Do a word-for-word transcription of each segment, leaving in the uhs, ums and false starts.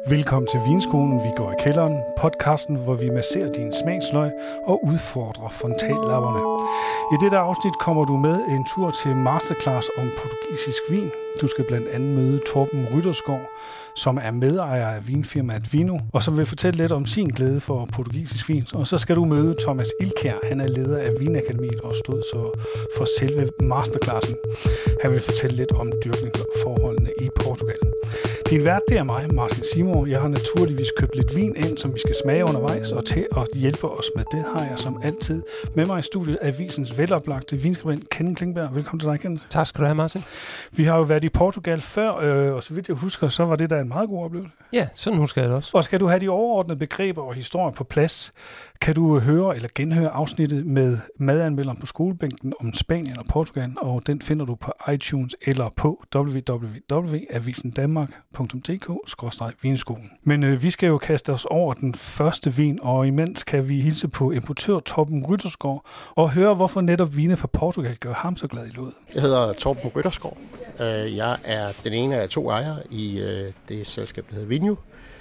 Velkommen til Vinskolen, vi går i kælderen, podcasten, hvor vi masserer din smagsløg og udfordrer frontallapperne. I dette afsnit kommer du med en tur til masterclass om portugisisk vin. Du skal blandt andet møde Torben Rytterskov, som er medejer af vinfirmaet Vino, og som vil fortælle lidt om sin glæde for portugisisk vin. Og så skal du møde Thomas Ilkjær, han er leder af Vinakademiet og stod så for selve masterclassen. Han vil fortælle lidt om dyrkningsforholdene i Portugal. Din vært, det er mig, Martin Simor. Jeg har naturligvis købt lidt vin ind, som vi skal smage undervejs, og til at hjælpe os med det har jeg som altid med mig i studiet avisens veloplagte vinskribent Kenneth Klingberg. Velkommen til dig, Kenneth. Tak skal du have, Martin. Vi har jo været i Portugal før, øh, og så vidt jeg husker, så var det da en meget god oplevelse. Ja, sådan husker jeg det også. Og skal du have de overordnede begreber og historier på plads, kan du høre eller genhøre afsnittet med madanmelderen på skolebænken om Spanien og Portugal, og den finder du på iTunes eller på w w w punktum avisen danmark punktum d k skråstreg vinskolen. Men øh, vi skal jo kaste os over den første vin, og imens kan vi hilse på importør Torben Rytterskov og høre, hvorfor netop vine fra Portugal gør ham så glad i låget. Jeg hedder Torben Rytterskov. Jeg er den ene af to ejere i det selskab, der hedder Vinho.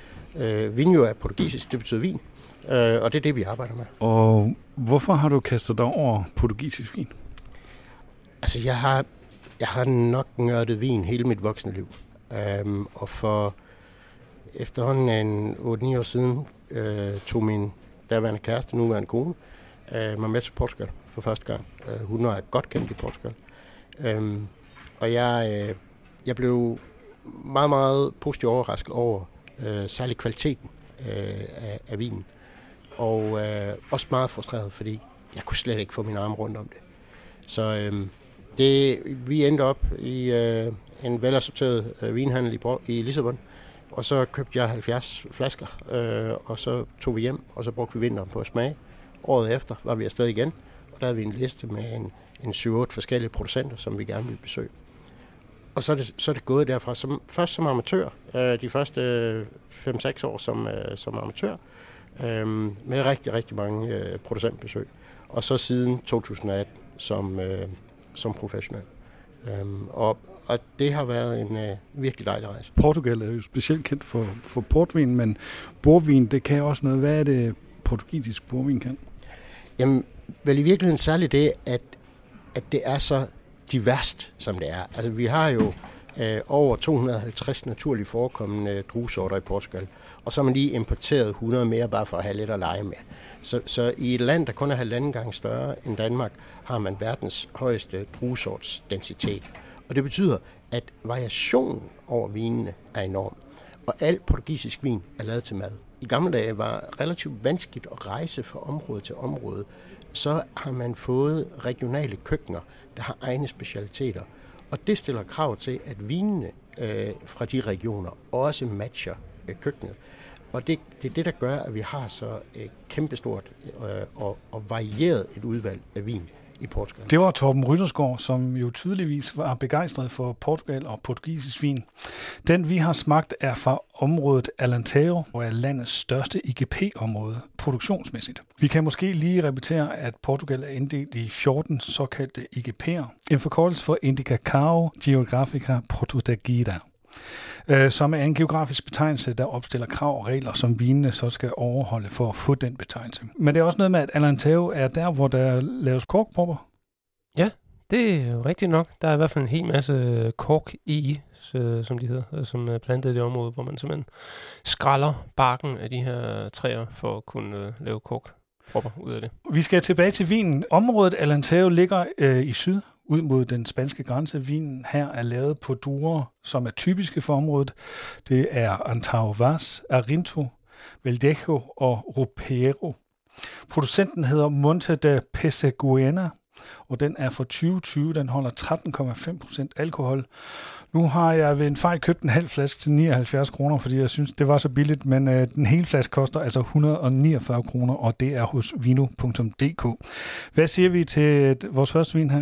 Vinho er portugisisk, det betyder vin, og det er det, vi arbejder med. Og hvorfor har du kastet dig over portugisisk vin? Altså, jeg har, jeg har nok nørdet vin hele mit voksne liv. Um, og for efterhånden en otte ni år siden uh, tog min daværende kæreste, nuværende kone, uh, mig med til Portugal for første gang. Uh, hun er godt kendt i Portugal. Um, og jeg, uh, jeg blev meget, meget positivt overrasket over uh, særlig kvaliteten uh, af, af vinen. Og uh, også meget frustreret, fordi jeg kunne slet ikke få min arme rundt om det. Så um, det, vi endte op i uh, en velassorteret uh, vinhandel i, i Lissabon, og så købte jeg halvfjerds flasker, uh, og så tog vi hjem, og så brugte vi vinteren på at smage. Året efter var vi afsted igen, og der havde vi en liste med en, en syv otte forskellige producenter, som vi gerne ville besøge. Og så er det, så er det gået derfra, som, først som amatør, uh, de første fem seks år som, uh, som amatør, uh, med rigtig, rigtig mange uh, producentbesøg, og så siden to tusind og atten som, uh, som professionel. Um, og, og det har været en uh, virkelig dejlig rejse. Portugal er jo specielt kendt for, for portvin, men bordvin, det kan også noget. Hvad er det, portugisisk bordvin kan? Jamen, vel i virkeligheden særligt det, at, at det er så diverst, som det er. Altså, vi har jo øh, over to hundrede og halvtreds naturligt forekommende druesorter i Portugal, og så har man lige importeret hundrede mere, bare for at have lidt at lege med. Så, så i et land, der kun er halvanden gang større end Danmark, har man verdens højeste druesortsdensitet. Og det betyder, at variationen over vinene er enorm. Og al portugisisk vin er lavet til mad. I gamle dage var relativt vanskeligt at rejse fra område til område. Så har man fået regionale køkkener, der har egne specialiteter. Og det stiller krav til, at vinene øh, fra de regioner også matcher øh, køkkenet. Og det, det er det, der gør, at vi har så øh, kæmpestort øh, og, og varieret et udvalg af vin i Portugal. Det var Torben Rytterskov, som jo tydeligvis var begejstret for Portugal og portugisisk vin. Den vi har smagt er fra området Alentejo, og er landets største I G P-område produktionsmæssigt. Vi kan måske lige repetere, at Portugal er inddelt i fjorten såkaldte I G P'er, en forkortelse for Indicação Geográfica Protegida, som er en geografisk betegnelse, der opstiller krav og regler, som vinene så skal overholde for at få den betegnelse. Men det er også noget med, at Alentejo er der, hvor der laves korkpropper. Ja, det er jo rigtigt nok. Der er i hvert fald en hel masse kork i, som de hedder, som er plantet i det område, hvor man simpelthen skræller barken af de her træer for at kunne lave korkpropper ud af det. Vi skal tilbage til vinen. Området Alentejo ligger øh, i syd, ud mod den spanske grænse. Vinen her er lavet på druer, som er typiske for området. Det er Antao Vaz, Arinto, Verdejo og Ropero. Producenten hedder Monte de Pesseguena, og den er fra tyve tyve. Den holder tretten komma fem procent alkohol. Nu har jeg ved en fejl købt en halv flaske til nioghalvfjerds kroner, fordi jeg synes, det var så billigt, men øh, den hele flaske koster altså et hundrede og niogfyrre kroner, og det er hos vino punktum d k. Hvad siger vi til vores første vin her, Kenneth?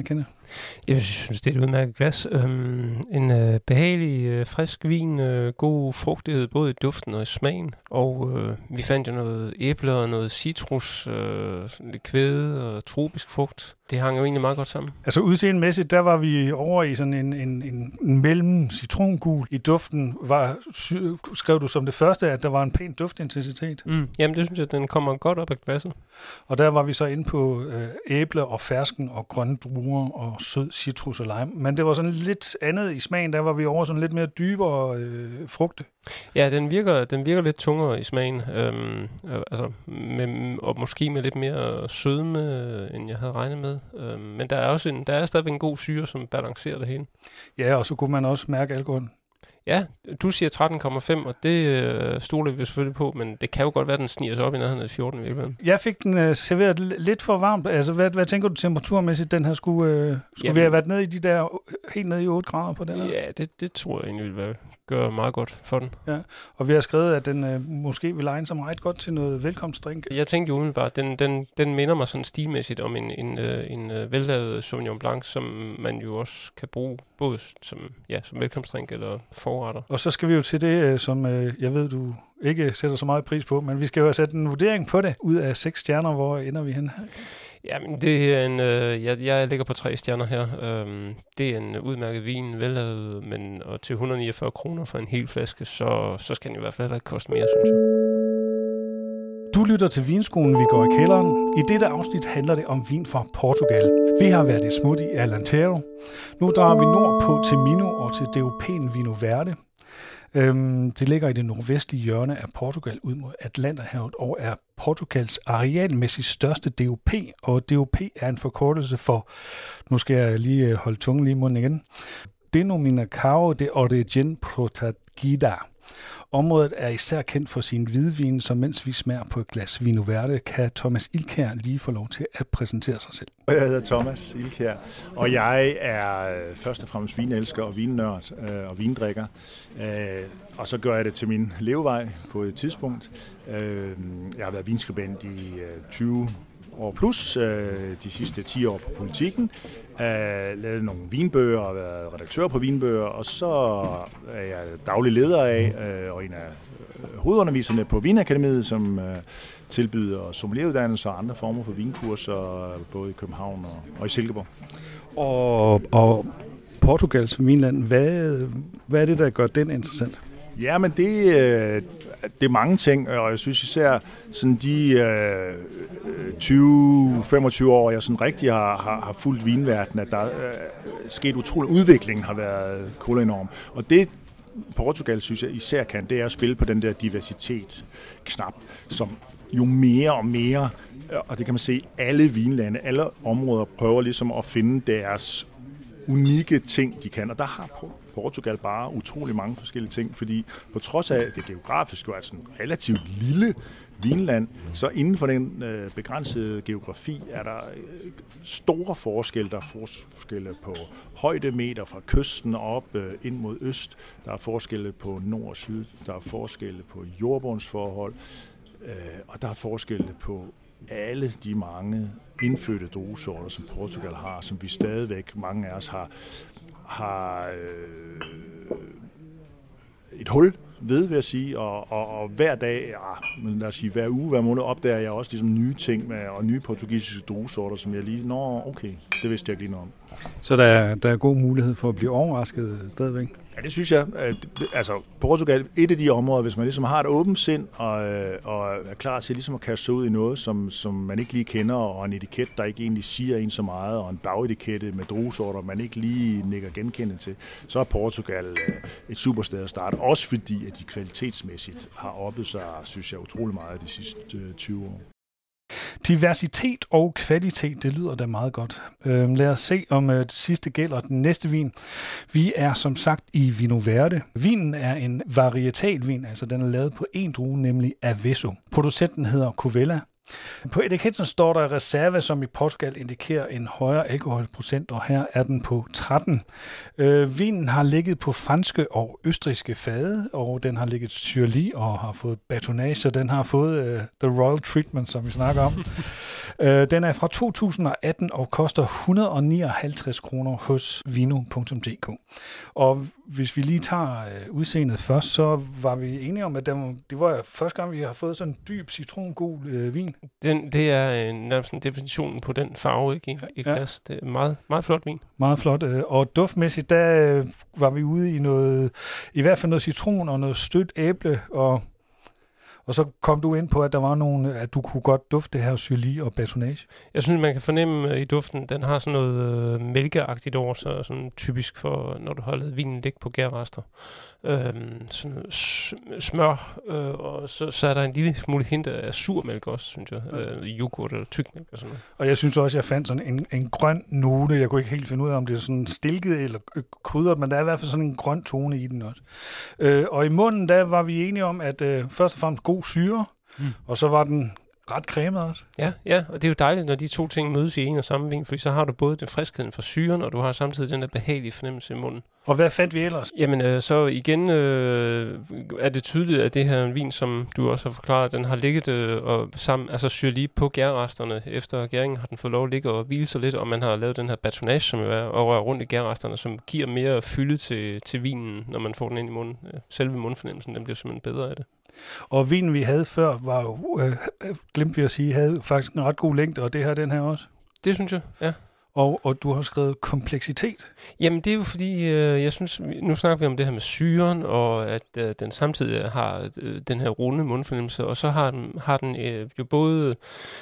Jeg synes, det er et udmærket glas. Øhm, en øh, behagelig, øh, frisk vin, øh, god frugtighed, både i duften og i smagen. Og øh, vi fandt jo noget æble og noget citrus, øh, lidt kvæde og tropisk frugt. Det hang jo egentlig meget godt sammen. Altså udseendemæssigt, der var vi over i sådan en, en, en, en mellem citrongul. I duften var, skrev du som det første, at der var en pæn duftintensitet. Mm. Jamen det synes jeg, den kommer godt op af glasset. Og der var vi så inde på øh, æble og fersken og grønne druer og sød citrus og lime. Men det var sådan lidt andet i smagen. Der var vi over sådan lidt mere dybere øh, frugte. Ja, den virker, den virker lidt tungere i smagen. Øhm, øh, altså med, og måske med lidt mere sødme, øh, end jeg havde regnet med. Øhm, men der er også en, der er stadigvæk en god syre, som balancerer det hele. Ja, og så kunne man også mærke alkoholen. Ja, du siger tretten komma fem, og det øh, stoler vi selvfølgelig på, men det kan jo godt være, at den sniger sig op i nærheden af fjorten i virkeligheden. Jeg fik den øh, serveret lidt for varmt. Altså, hvad, hvad tænker du temperaturmæssigt, den her skulle, øh, skulle Jamen, vi have været nede i de der, helt nede i otte grader på den her? Ja, det, det tror jeg egentlig vil være, gøre meget godt for den. Ja, og vi har skrevet, at den øh, måske vil egne sig meget godt til noget velkomstdrink. Jeg tænkte jo umiddelbart, den, den, den minder mig sådan stilmæssigt om en, en, øh, en øh, vellavet Sauvignon Blanc, som man jo også kan bruge både som, ja, som velkomstdrink eller forretter. Og så skal vi jo til det, som øh, jeg ved, du ikke sætter så meget pris på, men vi skal jo have sat en vurdering på det. Ud af seks stjerner, hvor ender vi hen her? Jamen, det er en, øh, jeg, jeg ligger på tre stjerner her. Øhm, det er en udmærket vin, vellavet, men og til et hundrede og niogfyrre kroner for en hel flaske, så, så skal den i hvert fald ikke koste mere, synes jeg. Du lytter til Vinskolen, vi går i kælderen. I dette afsnit handler det om vin fra Portugal. Vi har været i smut i Alentejo. Nu drager vi nordpå til Minho og til D O P'en Vinho Verde. Øhm, det ligger i det nordvestlige hjørne af Portugal ud mod Atlanterhavet og er Portugals arealmæssigt største D O P, og D O P er en forkortelse for, nu skal jeg lige holde tungen lige i munden igen, Denominação de Origem Protegida. Området er især kendt for sin hvidvin, så mens vi smager på et glas Vinho Verde, kan Thomas Ilkjær lige få lov til at præsentere sig selv. Jeg hedder Thomas Ilkjær, og jeg er først og fremmest vinelsker og vinnørd øh, og vindrikker. Øh, og så gør jeg det til min levevej på et tidspunkt. Øh, jeg har været vinskribent i øh, tyve år plus, øh, de sidste ti år på Politikken. Øh, lavet nogle vinbøger og været redaktør på vinbøger, og så er jeg daglig leder af øh, og en af hovedunderviserne på Vinakademiet, som øh, tilbyder sommelieruddannelser og andre former for vinkurser, både i København og, og i Silkeborg. Og, og Portugals vinland, hvad, hvad er det, der gør den interessant? Ja, men det, øh, det er mange ting, og jeg synes især sådan de øh, tyve til femogtyve år, jeg sådan rigtig har, har, har fulgt vinverdenen, at der er øh, sket utrolig udvikling, har været kolonorm. Og det Portugal, synes jeg især kan, det er at spille på den der diversitetsknap, som jo mere og mere, og det kan man se i alle vinlande, alle områder prøver ligesom at finde deres unikke ting, de kan. Og der har Portugal bare utrolig mange forskellige ting, fordi på trods af, at det geografisk jo er sådan relativt lille vinland, så inden for den øh, begrænsede geografi er der øh, store forskelle. Der er forskelle på højdemeter fra kysten op øh, ind mod øst. Der er forskelle på nord og syd. Der er forskelle på jordbundsforhold. Øh, og der er forskelle på alle de mange indfødte druesorter, som Portugal har, som vi stadigvæk, mange af os har, har øh, et hul ved, vil jeg sige, og, og, og hver dag, ja, men lad os sige, hver uge, hver måned opdager jeg også ligesom nye ting med, og nye portugisiske druesorter, som jeg lige, nå, okay, det vidste jeg ikke lige noget om. Så der er, der er god mulighed for at blive overrasket stadigvæk? Ja, det synes jeg. Altså, Portugal, et af de områder, hvis man ligesom har et åbent sind og, og er klar til ligesom at kaste sig ud i noget, som, som man ikke lige kender, og en etiket, der ikke egentlig siger en så meget, og en bagetikette med druesorter, man ikke lige nikker genkendende til, så er Portugal et super sted at starte. Også fordi, at de kvalitetsmæssigt har oppet sig, synes jeg, utrolig meget de sidste tyve år. Diversitet og kvalitet, det lyder da meget godt. Øh, lad os se, om øh, det sidste gælder den næste vin. Vi er som sagt i Vinho Verde. Vinen er en varietalvin, altså den er lavet på en drue, nemlig Avesso. Producenten hedder Covella. På etiketten står der reserve, som i Portugal indikerer en højere alkoholprocent, og her er den på tretten. Øh, vinen har ligget på franske og østrigske fade, og den har ligget syrlig og har fået batonnage, så den har fået uh, the royal treatment, som vi snakker om. øh, den er fra to tusind atten og koster et hundrede og nioghalvtreds kroner hos vino punktum d k. Og hvis vi lige tager uh, udseendet først, så var vi enige om, at det var, det var første gang, vi har fået sådan en dyb citrongul uh, vin. Den, det er en, nærmest en definition på den farve, ikke, i, i glas. Ja. Det er meget, meget flot vin. Meget flot. Og duftmæssigt, der var vi ude i noget, i hvert fald noget citron og noget stødt æble, og, og så kom du ind på, at der var nogle, at du kunne godt dufte det her syrlig og batonnage. Jeg synes, man kan fornemme i duften, den har sådan noget øh, mælkeagtigt over sig, sådan typisk for, når du holder vinen ligge på gærrester. Øhm, sådan smør, øh, og så, så er der en lille smule hint af surmælk også, synes jeg. Øh, yoghurt eller tykmælk og sådan noget. Og jeg synes også, jeg fandt sådan en, en grøn note. Jeg kunne ikke helt finde ud af, om det er sådan stilket eller krydret, men der er i hvert fald sådan en grøn tone i den også. Øh, og i munden, der var vi enige om, at øh, først og fremmest god syre, mm. og så var den ret cremet også. Ja, ja, og det er jo dejligt, når de to ting mødes i en og samme vin, fordi så har du både den friskheden fra syren, og du har samtidig den der behagelige fornemmelse i munden. Og hvad fandt vi ellers? Jamen, øh, så igen øh, er det tydeligt, at det her en vin, som du også har forklaret, den har ligget øh, og sammen, altså syrlig på gærresterne. Efter gæringen har den fået lov at ligge og hvile sig lidt, og man har lavet den her batonnage, som jo er og rører rundt i gærresterne, som giver mere fylde til, til vinen, når man får den ind i munden. Selve mundfornemmelsen, den bliver simpelthen bedre af det. Og vinen, vi havde før, var jo, øh, glemte vi at sige, havde faktisk en ret god længde, og det her den her også. Det synes jeg, ja. Og, og du har skrevet kompleksitet. Jamen, det er jo fordi, øh, jeg synes, nu snakker vi om det her med syren, og at øh, den samtidig har øh, den her runde mundfornemmelse, og så har den, har den øh, jo både,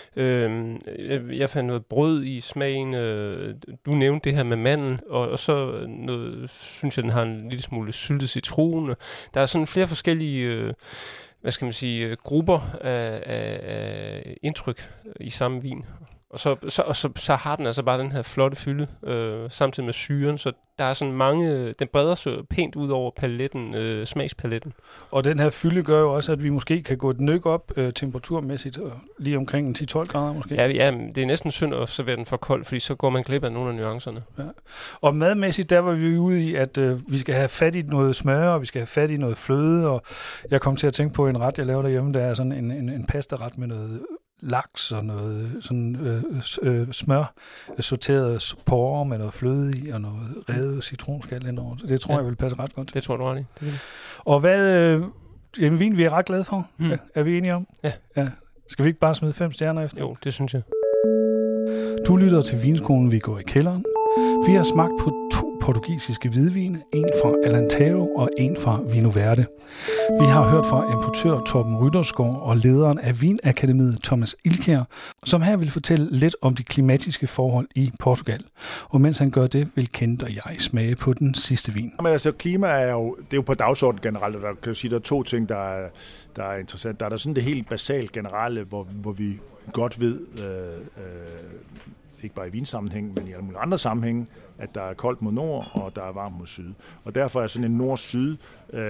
øh, jeg fandt noget brød i smagen, øh, du nævnte det her med mandel, og, og så noget, synes jeg, den har en lille smule syltet citron. Der er sådan flere forskellige øh, hvad skal man sige, grupper af, af, af indtryk i samme vin. Og så, så, og så, så har den altså bare den her flotte fylde, øh, samtidig med syren, så der er sådan mange, den breder sig pænt ud over paletten, øh, smagspaletten. Og den her fylde gør jo også, at vi måske kan gå et nyk op øh, temperaturmæssigt, øh, lige omkring en ti til tolv grader måske. Ja, ja, det er næsten synd at servere den for kold, fordi så går man glip af nogle af nuancerne. Ja. Og madmæssigt, der var vi ude i, at øh, vi skal have fat i noget smør, og vi skal have fat i noget fløde, og jeg kom til at tænke på en ret, jeg laver derhjemme, der er sådan en, en, en pastaret med noget laks og noget sådan øh, øh, smør, sorteret porre med noget fløde i, og noget revet citronskal indover. Det tror ja. jeg vil passe ret godt. Det tror du ret i. Det vil. Og hvad, øh, jamen vin vi er ret glade for, hmm. er, er vi enige om? Ja. ja. Skal vi ikke bare smide fem stjerner efter? Jo, det synes jeg. Du lytter til Vinskolen, vi går i kælderen. Vi har smagt på to portugisiske hvidvine, en fra Alentejo og en fra Vinho Verde. Vi har hørt fra importør Torben Ryttersgaard og lederen af Vinakademiet Thomas Ilkjær, som her vil fortælle lidt om de klimatiske forhold i Portugal. Og mens han gør det, vil Kent og jeg smage på den sidste vin. Men altså, klima er jo, det er jo på dagsordenen generelt, og der kan jo sige, der er to ting, der er, der er interessant. Der er der sådan det helt basalt generelle, hvor, hvor vi godt ved, øh, øh, ikke bare i vinsammenhæng, men i alle mulige andre sammenhænge, at der er koldt mod nord, og der er varmt mod syd. Og derfor er sådan en nord-syd øh,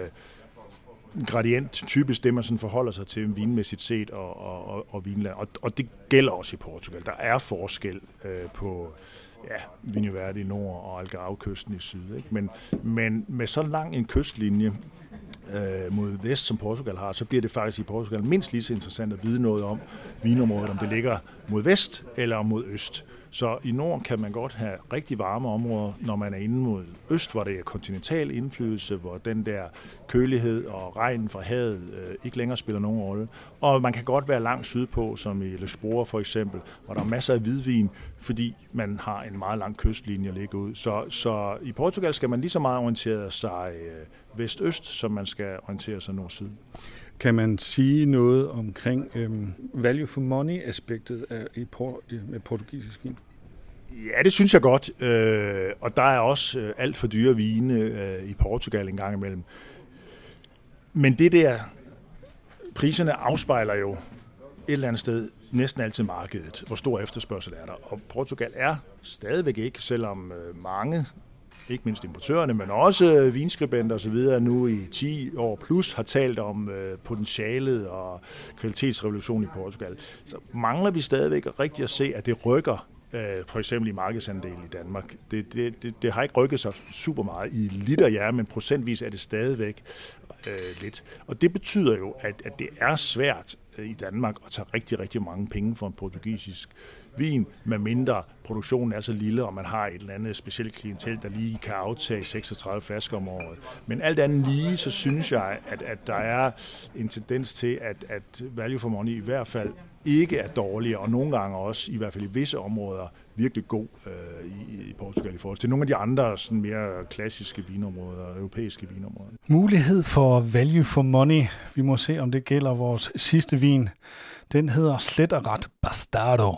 gradient typisk det, man sådan forholder sig til vinmæssigt set og, og, og, og vinland. Og, og det gælder også i Portugal. Der er forskel øh, på ja, Vinho Verde i nord og Algarve-kysten i syd. Ikke? Men, men med så lang en kystlinje øh, mod vest, som Portugal har, så bliver det faktisk i Portugal mindst lige så interessant at vide noget om vinområdet, om det ligger mod vest eller mod øst. Så i nord kan man godt have rigtig varme områder, når man er inde mod øst, hvor det er kontinental indflydelse, hvor den der kølighed og regn fra havet øh, ikke længere spiller nogen rolle. Og man kan godt være langt sydpå, som i Lisboa for eksempel, hvor der er masser af hvidvin, fordi man har en meget lang kystlinje at ligge ud. Så, så i Portugal skal man lige så meget orientere sig øh, vest-øst, som man skal orientere sig nord-syd. Kan man sige noget omkring øhm, value for money-aspektet af, i, por, i, med portugisisk vin? Ja, det synes jeg godt. Øh, og der er også øh, alt for dyre vine øh, i Portugal en gang imellem. Men det der, priserne afspejler jo et eller andet sted næsten altid markedet, hvor stor efterspørgsel er der. Og Portugal er stadigvæk ikke, selvom øh, mange ikke mindst importørerne, men også vinskribenter og så videre, nu i ti år plus har talt om øh, potentialet og kvalitetsrevolution i Portugal. Så mangler vi stadigvæk rigtig at se, at det rykker, øh, for eksempel i markedsandel i Danmark. Det, det, det, det har ikke rykket sig super meget i liter, ja, men procentvis er det stadigvæk øh, lidt. Og det betyder jo, at, at det er svært i Danmark at tage rigtig, rigtig mange penge for en portugisisk vin, med mindre produktionen er så lille, og man har et eller andet specielt klientel, der lige kan aftage seksogtredive flasker om året. Men alt andet lige, så synes jeg, at, at der er en tendens til, at, at value for money i hvert fald ikke er dårligere, og nogle gange også, i hvert fald i visse områder, virkelig god øh, i, i Portugal i forhold til nogle af de andre sådan mere klassiske vinområder, europæiske vinområder. Mulighed for value for money. Vi må se, om det gælder vores sidste vin. Den hedder slet og ret Bastardo.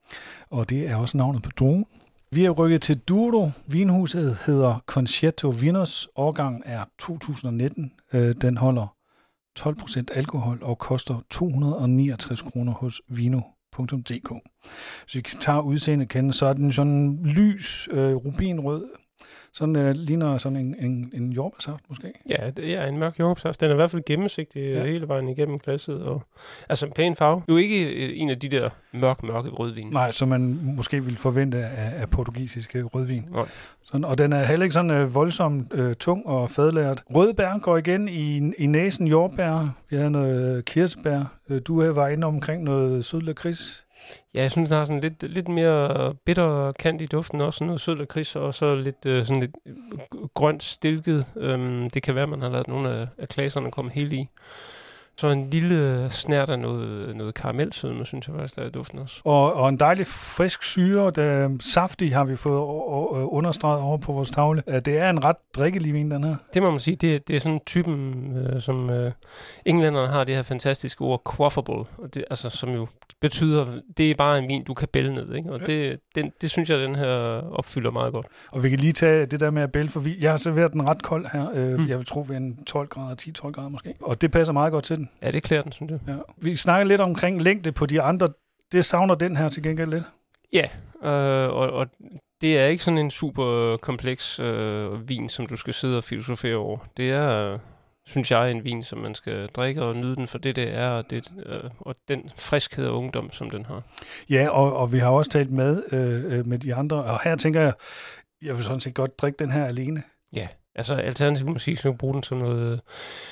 Og det er også navnet på druen. Vi er rykket til Douro. Vinhuset hedder Concierto Vinos. Årgang er to tusind nitten. Den holder tolv procent alkohol og koster to hundrede og niogtres kroner hos vino punktum d k. Hvis vi tager udseende kende, så er den sådan lys, øh, rubinrød. Sådan øh, ligner sådan en, en, en jordbærsaft måske. Ja, det er en mørk jordbærsaft. Den er i hvert fald gennemsigtig ja. hele vejen igennem glasset. Og, altså en pæn farve. Jo ikke øh, en af de der mørk, mørke rødvin. Nej, som man måske ville forvente af, af portugisiske rødvin. Nej. Sådan, og den er heller ikke sådan øh, voldsomt øh, tung og fadlært. Rødbær går igen i, i næsen, jordbær. Vi havde noget øh, kirsebær. Du var inde omkring noget sød lakrids. Ja, jeg synes, den har sådan lidt, lidt mere bitter kant i duften, også noget sød lakrids, og så lidt, øh, sådan lidt grønt stilket. Øhm, det kan være, man har lavet nogle af, af klaserne komme helt i. Så en lille snært af noget, noget karamelsødme, synes jeg faktisk, der er i duften også. Og, og en dejlig frisk syre, der saftig har vi fået understreget over på vores tavle. Det er en ret drikkelig vin, den her. Det må man sige, det, det er sådan typen, øh, som øh, englænderne har det her fantastiske ord, quaffable, og det, altså, som jo betyder, det er bare en vin, du kan bælge ned, ikke? Og ja. det, den, det synes jeg, den her opfylder meget godt. Og vi kan lige tage det der med at bælge for vin. Jeg har serveret den ret kold her. Øh, hmm. Jeg vil tro, ved en tolv grader, ti tolv grader måske. Og det passer meget godt til den. Ja, det klæder den, synes jeg. Ja. Vi snakker lidt omkring længde på de andre. Det savner den her til gengæld lidt. Ja, øh, og, og det er ikke sådan en super kompleks øh, vin, som du skal sidde og filosofere over. Det er, øh, synes jeg, en vin, som man skal drikke og nyde den for det, det er, og, det, øh, og den friskhed og ungdom, som den har. Ja, og, og vi har også talt med, øh, med de andre, og her tænker jeg, jeg vil sådan set godt drikke den her alene. Ja, altså alternativt musik, så kan du bruge den som noget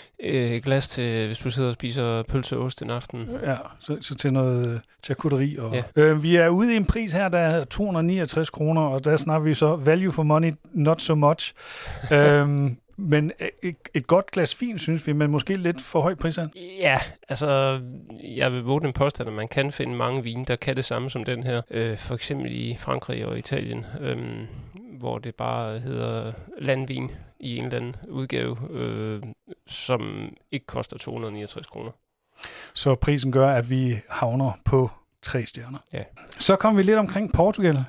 øh, glas til, hvis du sidder og spiser pølse og ost en aften. Ja, så, så til noget charcuterie. Og, ja. øh, vi er ude i en pris her, der er to hundrede og niogtres kroner, og der snakker vi så value for money, not so much. øhm, men et, et godt glas vin, synes vi, men måske lidt for høj pris. Ja, altså, jeg vil våge den påstand, at man kan finde mange vine, der kan det samme som den her. Øh, for eksempel i Frankrig og Italien, øh, hvor det bare hedder landvin i en eller anden udgave, øh, som ikke koster to hundrede og niogtres kroner. Så prisen gør, at vi havner på tre stjerner. Ja. Så kom vi lidt omkring Portugal.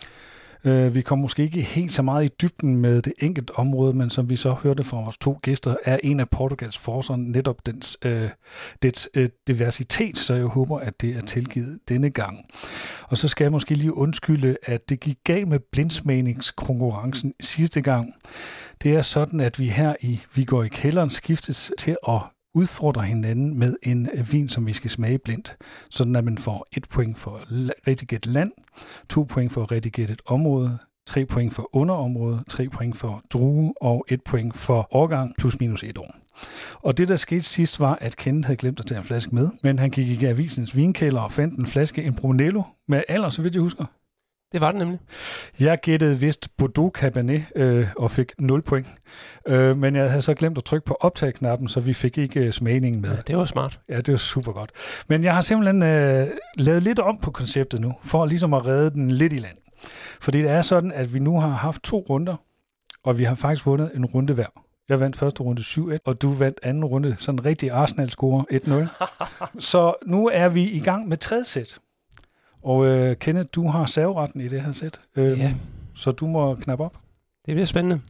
Uh, vi kom måske ikke helt så meget i dybden med det enkelte område, men som vi så hørte fra vores to gæster, er en af Portugals forser netop dens, uh, dets uh, diversitet, så jeg håber, at det er tilgivet denne gang. Og så skal jeg måske lige undskylde, at det gik galt med blindsmagningskonkurrencen sidste gang. Det er sådan, at vi her i Vi går i kælderen skiftes til at udfordre hinanden med en vin, som vi skal smage blindt. Sådan at man får et point for rigtig gæt land, to point for rigtig gæt et område, tre point for underområde, tre point for drue og et point for årgang plus minus et år. Og det, der skete sidst, var, at Kenneth havde glemt at tage en flaske med, men han gik i avisens vinkælder og fandt en flaske en Brunello med alder, så vidt jeg husker. Det var det nemlig. Jeg gættede vist Bordeaux Cabernet øh, og fik nul point. Øh, men jeg havde så glemt at trykke på optag-knappen, så vi fik ikke øh, smagningen med. Ja, det var smart. Ja, det var super godt. Men jeg har simpelthen øh, lavet lidt om på konceptet nu, for ligesom at redde den lidt i land. Fordi det er sådan, at vi nu har haft to runder, og vi har faktisk vundet en runde hver. Jeg vandt første runde syv et, og du vandt anden runde sådan en rigtig Arsenal-score et nul. Så nu er vi i gang med tredje sæt. Og øh, Kenneth, du har serveretten i det her sæt, øh, ja. Så du må knappe op. Det bliver spændende.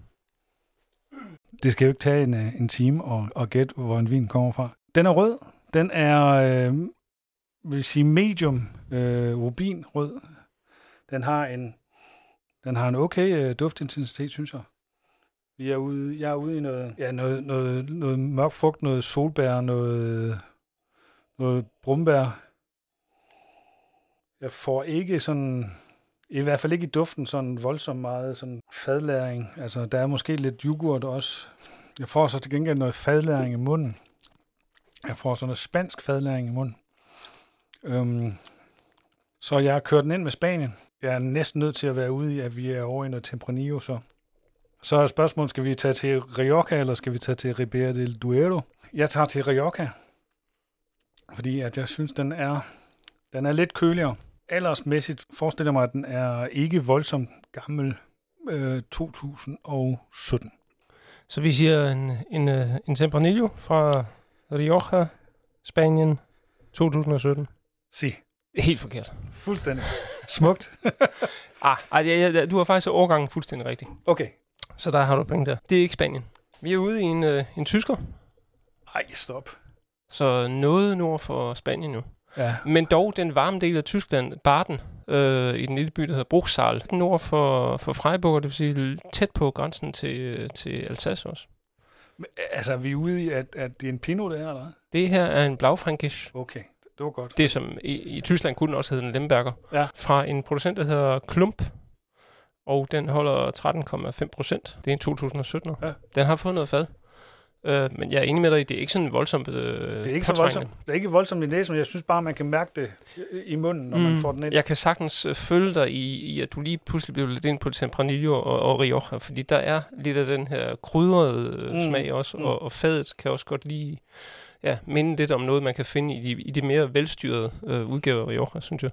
Det skal jo ikke tage en, en time og, og gætte, hvor en vin kommer fra. Den er rød. Den er, øh, vil sige, medium øh, rubinrød. Den har en Den har en okay øh, duftintensitet, synes jeg. Vi er ude, jeg er ude i noget, ja, noget, noget, noget mørk frugt, noget solbær, noget, noget brumbær. Jeg får ikke sådan, i hvert fald ikke i duften, sådan voldsomt meget sådan fadlæring. Altså, der er måske lidt yoghurt også. Jeg får så til gengæld noget fadlæring i munden. Jeg får sådan noget spansk fadlæring i munden. Øhm, så jeg har kørt den ind med Spanien. Jeg er næsten nødt til at være ude i, at vi er over i noget Tempranillo, så. Så er spørgsmålet, skal vi tage til Rioja, eller skal vi tage til Ribera del Duero? Jeg tager til Rioja, fordi at jeg synes, den er, den er lidt køligere. Aldersmæssigt forestiller mig, at den er ikke voldsomt gammel øh, to tusind og sytten. Så vi siger en, en, en Tempranillo fra Rioja, Spanien, to tusind og sytten. Si. Helt forkert. Fuldstændig. Smukt. ah, ej, ja, ja, du har faktisk overgangen fuldstændig rigtig. Okay. Så der har du penge der. Det er ikke Spanien. Vi er ude i en, øh, en tysker. Ej, stop. Så noget nord for Spanien nu. Ja. Men dog den varme del af Tyskland, Baden, øh, i den lille by, der hedder Bruchsal, nord for, for Freiburg, det vil sige tæt på grænsen til, til Alsace også. Men, altså, er vi ude i, at, at det er en Pinot, det her, eller hvad? Det her er en Blaufränkisch. Okay, det var godt. Det, som i, i Tyskland kunne også hedde en Lemberger. Ja. Fra en producent, der hedder Klump. Og den holder tretten komma fem procent. Det er en to tusind og sytten. Ja. Den har fået noget fad. Uh, men jeg er enig med dig, det er ikke sådan voldsomt uh, Det er ikke så voldsomt. Det er ikke voldsomt i næsen, men jeg synes bare, man kan mærke det i munden, når mm. man får den ind. Jeg kan sagtens uh, følge dig i, i, at du lige pludselig bliver lidt ind på Tempranillo og, og Rioja, fordi der er lidt af den her krydrede uh, mm. smag også, mm. og, og fadet kan også godt lige ja, minde lidt om noget, man kan finde i de, i de mere velstyrede uh, udgaver af Rioja, synes jeg.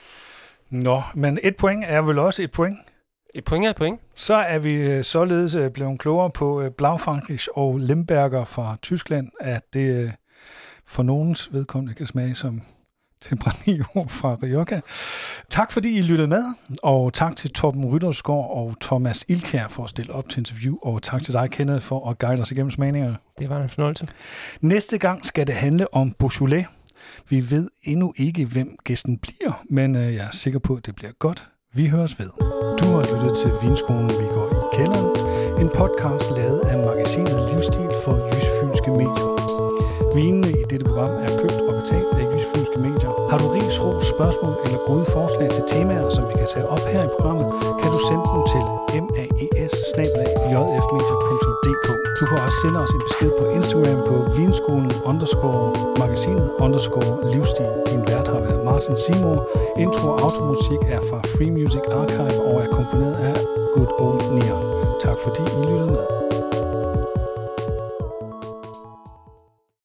Nå, men et point er vel også et point. Et point er et point. Så er vi således blevet klogere på Blaufränkisch og Lemberger fra Tyskland, at det for nogens vedkommende kan smage som Tempranillo fra Rioja. Tak fordi I lyttede med, og tak til Torben Ryttersgaard og Thomas Ilkjær for at stille op til interview, og tak til dig, Kenneth, for at guide os igennem smagningerne. Det var en fornøjelse. Næste gang skal det handle om Beaujolais. Vi ved endnu ikke, hvem gæsten bliver, men jeg er sikker på, at det bliver godt. Vi høres ved. Du har lyttet til Vinskolen, vi går i kælderen. En podcast lavet af magasinet Livsstil for Jysk-Fynske Medier. Vinene i dette program er købt og betalt af Jysk-Fynske Medier. Har du ris, ros, spørgsmål eller gode forslag til temaer, som vi kan tage op her i programmet, kan du sende dem til maes bindestreg j f medier punktum d k. Du kan også sende os en besked på Instagram på vinskolen underscore magasinet underscore livsstil. Din vært har været Martin Seymour. Intro og automusik er fra Free Music Archive og er komponeret af Good Old Neon. Tak fordi I lyttede med.